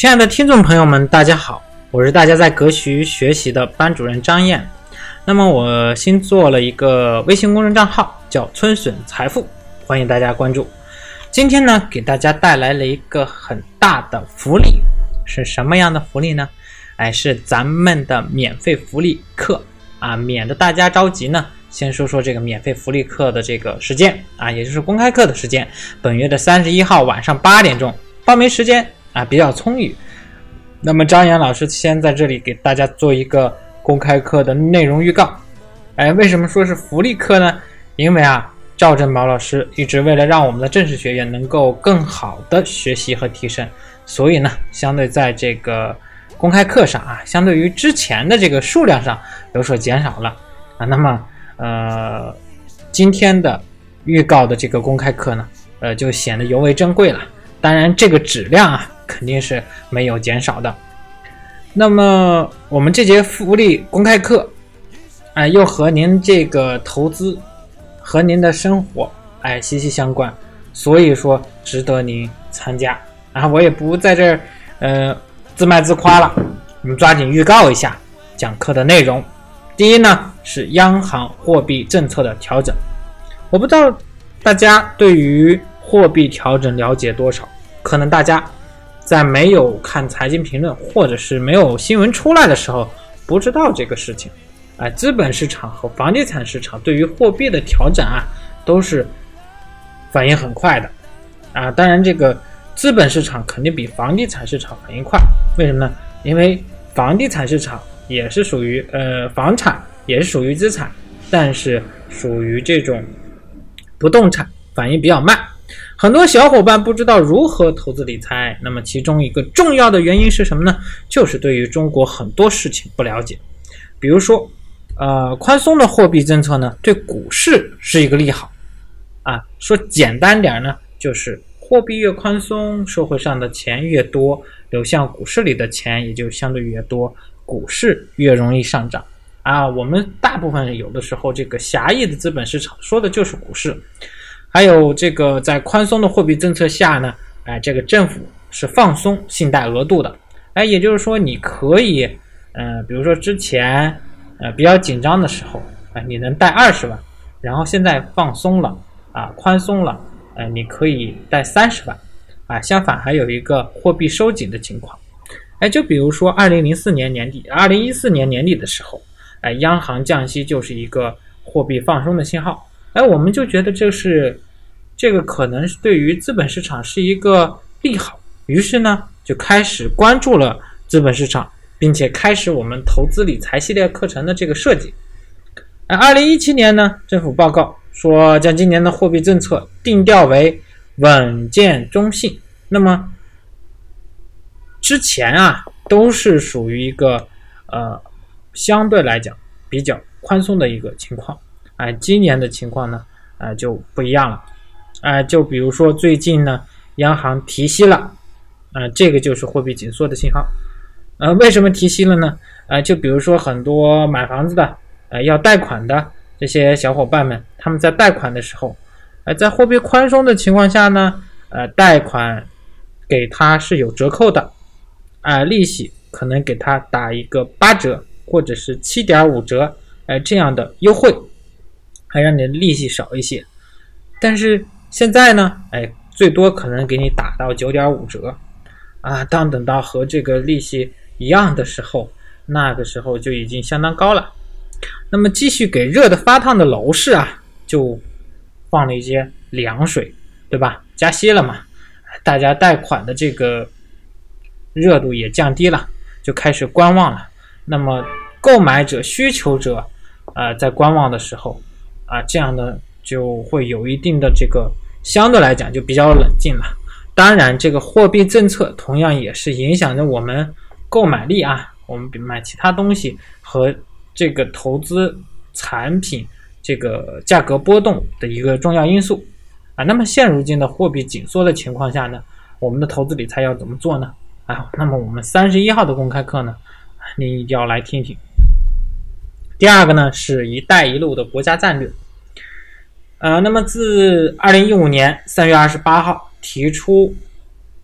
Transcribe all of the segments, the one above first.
亲爱的听众朋友们，大家好，我是大家在格局学习的班主任张燕。那么我新做了一个微信公众账号，叫春笋财富，欢迎大家关注。今天呢，给大家带来了一个很大的福利，是什么样的福利呢？是咱们的免费福利课啊，免得大家着急呢。先说说这个免费福利课的这个时间啊，也就是公开课的时间，本月的31号晚上8点钟，报名时间比较充裕。那么张岩老师先在这里给大家做一个公开课的内容预告。为什么说是福利课呢？因为赵振宝老师一直为了让我们的正式学员能够更好的学习和提升，所以呢，相对在这个公开课上相对于之前的这个数量上有所减少了那么今天的预告的这个公开课呢，就显得尤为珍贵了。当然，这个质量肯定是没有减少的。那么我们这节福利公开课又和您这个投资和您的生活息息相关，所以说值得您参加我也不在这儿自卖自夸了，我们抓紧预告一下讲课的内容。第一呢，是央行货币政策的调整。我不知道大家对于货币调整了解多少，可能大家在没有看财经评论或者是没有新闻出来的时候不知道这个事情资本市场和房地产市场对于货币的调整都是反应很快的当然这个资本市场肯定比房地产市场反应快，为什么呢？因为房地产市场也是属于房产也是属于资产，但是属于这种不动产，反应比较慢。很多小伙伴不知道如何投资理财，那么其中一个重要的原因是什么呢？就是对于中国很多事情不了解。比如说宽松的货币政策呢，对股市是一个利好说简单点呢，就是货币越宽松，社会上的钱越多，流向股市里的钱也就相对越多，股市越容易上涨我们大部分有的时候这个狭义的资本市场说的就是股市。还有这个在宽松的货币政策下呢，这个政府是放松信贷额度的，也就是说你可以比如说之前比较紧张的时候你能贷20万，然后现在放松了宽松了你可以贷30万相反还有一个货币收紧的情况就比如说2014年年底的时候央行降息就是一个货币放松的信号我们就觉得这个可能是对于资本市场是一个利好，于是呢就开始关注了资本市场，并且开始我们投资理财系列课程的这个设计。2017年呢，政府报告说将今年的货币政策定调为稳健中性。那么之前都是属于一个相对来讲比较宽松的一个情况今年的情况呢就不一样了就比如说最近呢央行提息了这个就是货币紧缩的信号为什么提息了呢就比如说很多买房子的要贷款的这些小伙伴们，他们在贷款的时候在货币宽松的情况下呢贷款给他是有折扣的利息可能给他打一个8折或者是 7.5 折这样的优惠，还让你的利息少一些。但是现在呢最多可能给你打到 9.5 折等到和这个利息一样的时候，那个时候就已经相当高了。那么继续给热的发烫的楼市就放了一些凉水，对吧？加息了嘛，大家贷款的这个热度也降低了，就开始观望了。那么购买者需求者在观望的时候这样的就会有一定的这个相对来讲就比较冷静了。当然这个货币政策同样也是影响着我们购买力我们买其他东西和这个投资产品这个价格波动的一个重要因素那么现如今的货币紧缩的情况下呢，我们的投资理财要怎么做呢那么我们31号的公开课呢，你一定要来听听。第二个呢是一带一路的国家战略那么自2015年3月28号提出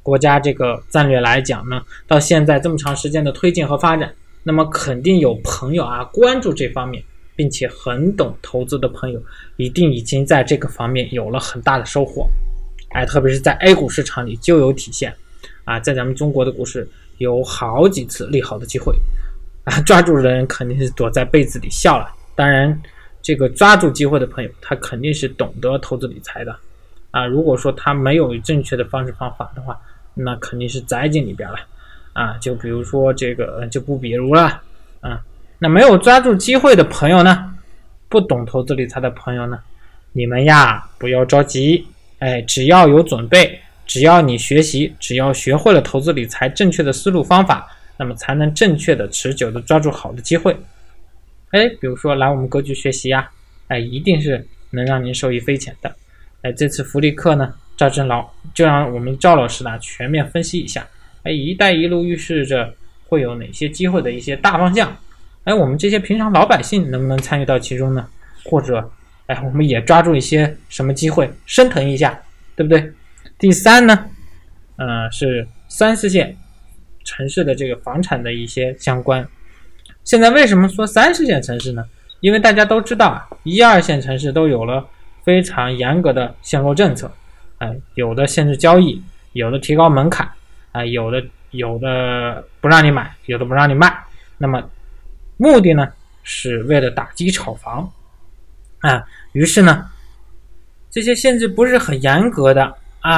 国家这个战略来讲呢，到现在这么长时间的推进和发展，那么肯定有朋友关注这方面，并且很懂投资的朋友一定已经在这个方面有了很大的收获，特别是在 A 股市场里就有体现在咱们中国的股市有好几次利好的机会抓住的人肯定是躲在被子里笑了。当然这个抓住机会的朋友他肯定是懂得投资理财的如果说他没有正确的方式方法的话，那肯定是栽进里边了就比如说这个就不比如了那没有抓住机会的朋友呢，不懂投资理财的朋友呢，你们不要着急只要有准备，只要你学习，只要学会了投资理财正确的思路方法，那么才能正确的持久的抓住好的机会比如说来我们格局学习一定是能让您受益匪浅的这次福利课呢，赵正老就让我们赵老师全面分析一下一带一路预示着会有哪些机会的一些大方向我们这些平常老百姓能不能参与到其中呢？或者我们也抓住一些什么机会升腾一下，对不对？第三呢是3、4线城市的这个房产的一些相关。现在为什么说3、4线城市呢？因为大家都知道1、2线城市都有了非常严格的限购政策有的限制交易，有的提高门槛有的不让你买，有的不让你卖。那么目的呢是为了打击炒房于是呢这些限制不是很严格的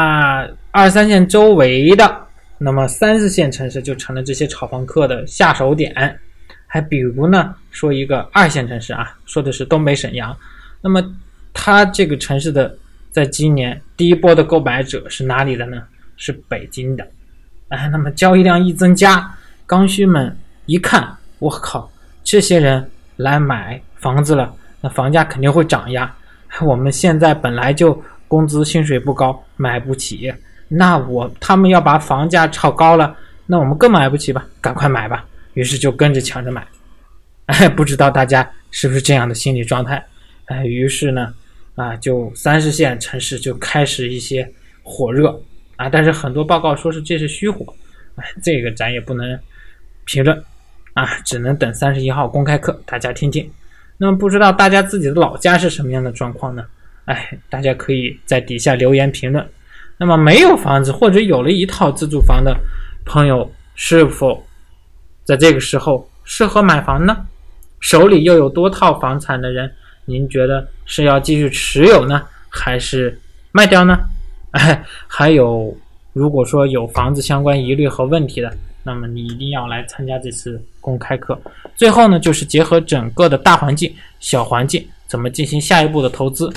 2、3线周围的，那么3、4线城市就成了这些炒房客的下手点。还比如呢说一个2线城市说的是东北沈阳，那么它这个城市的在今年第一波的购买者是哪里的呢？是北京的那么交易量一增加，刚需们一看，我靠，这些人来买房子了，那房价肯定会涨呀。我们现在本来就工资薪水不高，买不起，那他们要把房价炒高了，那我们更买不起吧，赶快买吧。于是就跟着抢着买不知道大家是不是这样的心理状态于是呢就3、4线城市就开始一些火热但是很多报告说是这是虚火这个咱也不能评论只能等31号公开课大家听听。那么不知道大家自己的老家是什么样的状况呢？大家可以在底下留言评论。那么没有房子或者有了一套自住房的朋友，是否在这个时候适合买房呢？手里又有多套房产的人，您觉得是要继续持有呢，还是卖掉呢？还有如果说有房子相关疑虑和问题的，那么你一定要来参加这次公开课。最后呢就是结合整个的大环境小环境怎么进行下一步的投资。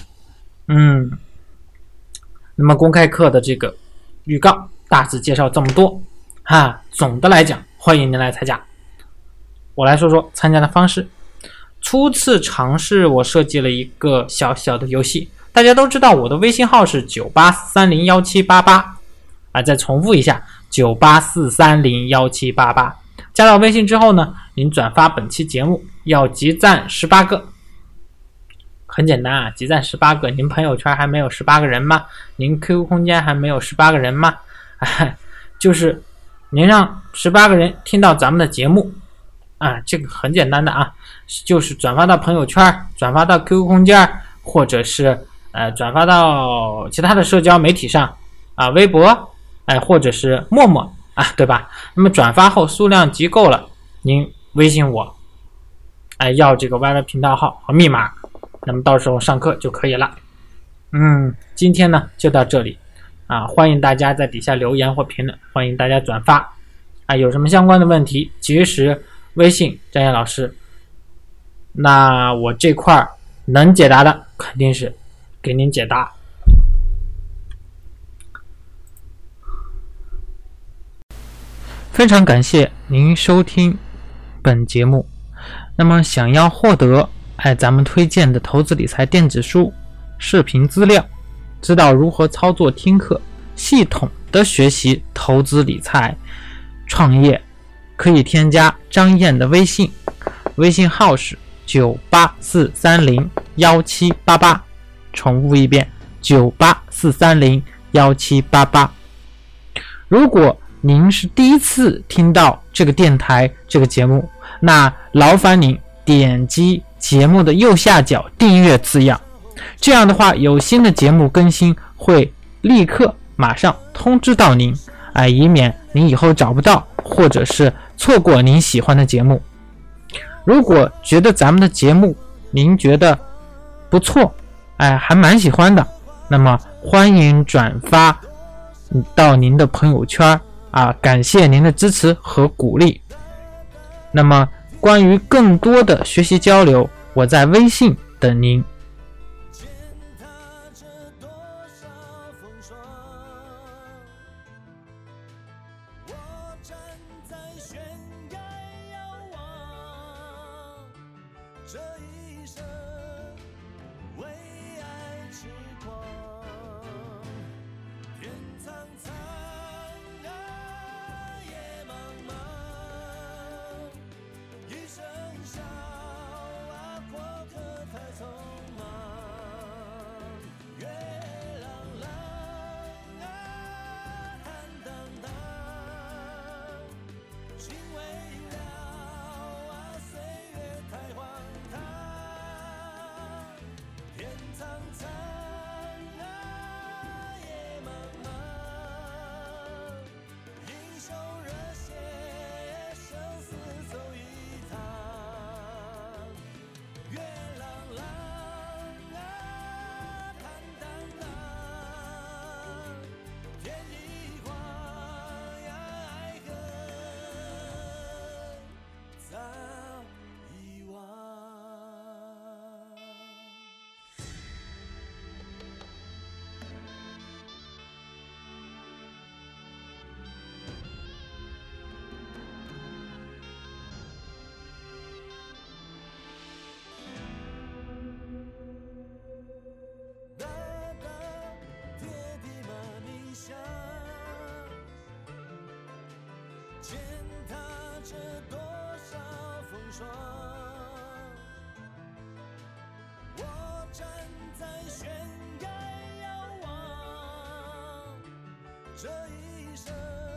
那么公开课的这个预告大致介绍这么多总的来讲欢迎您来参加。我来说说参加的方式。初次尝试我设计了一个小小的游戏，大家都知道我的微信号是9843017788再重复一下9843017788。加到微信之后呢，您转发本期节目要集赞18个。很简单集赞18个。您朋友圈还没有18个人吗？您 QQ 空间还没有18个人吗？就是您让18个人听到咱们的节目这个很简单的就是转发到朋友圈，转发到 QQ 空间，或者是转发到其他的社交媒体上微博或者是陌陌对吧？那么转发后数量集够了，您微信我要这个 YY 频道号和密码，那么到时候上课就可以了。今天呢就到这里欢迎大家在底下留言或评论，欢迎大家转发有什么相关的问题及时微信张燕老师，那我这块能解答的肯定是给您解答。非常感谢您收听本节目。那么想要获得咱们推荐的投资理财电子书、视频资料，知道如何操作听课，系统的学习投资理财创业，可以添加张燕的微信，微信号是984301788，重复一遍984301788。 如果您是第一次听到这个电台这个节目，那劳烦您点击节目的右下角订阅字样，这样的话有新的节目更新会立刻马上通知到您，以免您以后找不到或者是错过您喜欢的节目。如果觉得咱们的节目您觉得不错，还蛮喜欢的，那么欢迎转发到您的朋友圈感谢您的支持和鼓励。那么关于更多的学习交流，我在微信等您。 这一生为爱痴狂，天苍苍夜茫茫，一生笑过客太匆忙，月朗朗坦荡荡，心未了岁月太荒唐，天苍苍夜茫茫，英雄热血生死走一趟，月朗朗坦荡荡，天一晃爱恨早遗忘。大大跌跌马鸣响，践踏着多少风霜，我站在悬崖遥望，这一生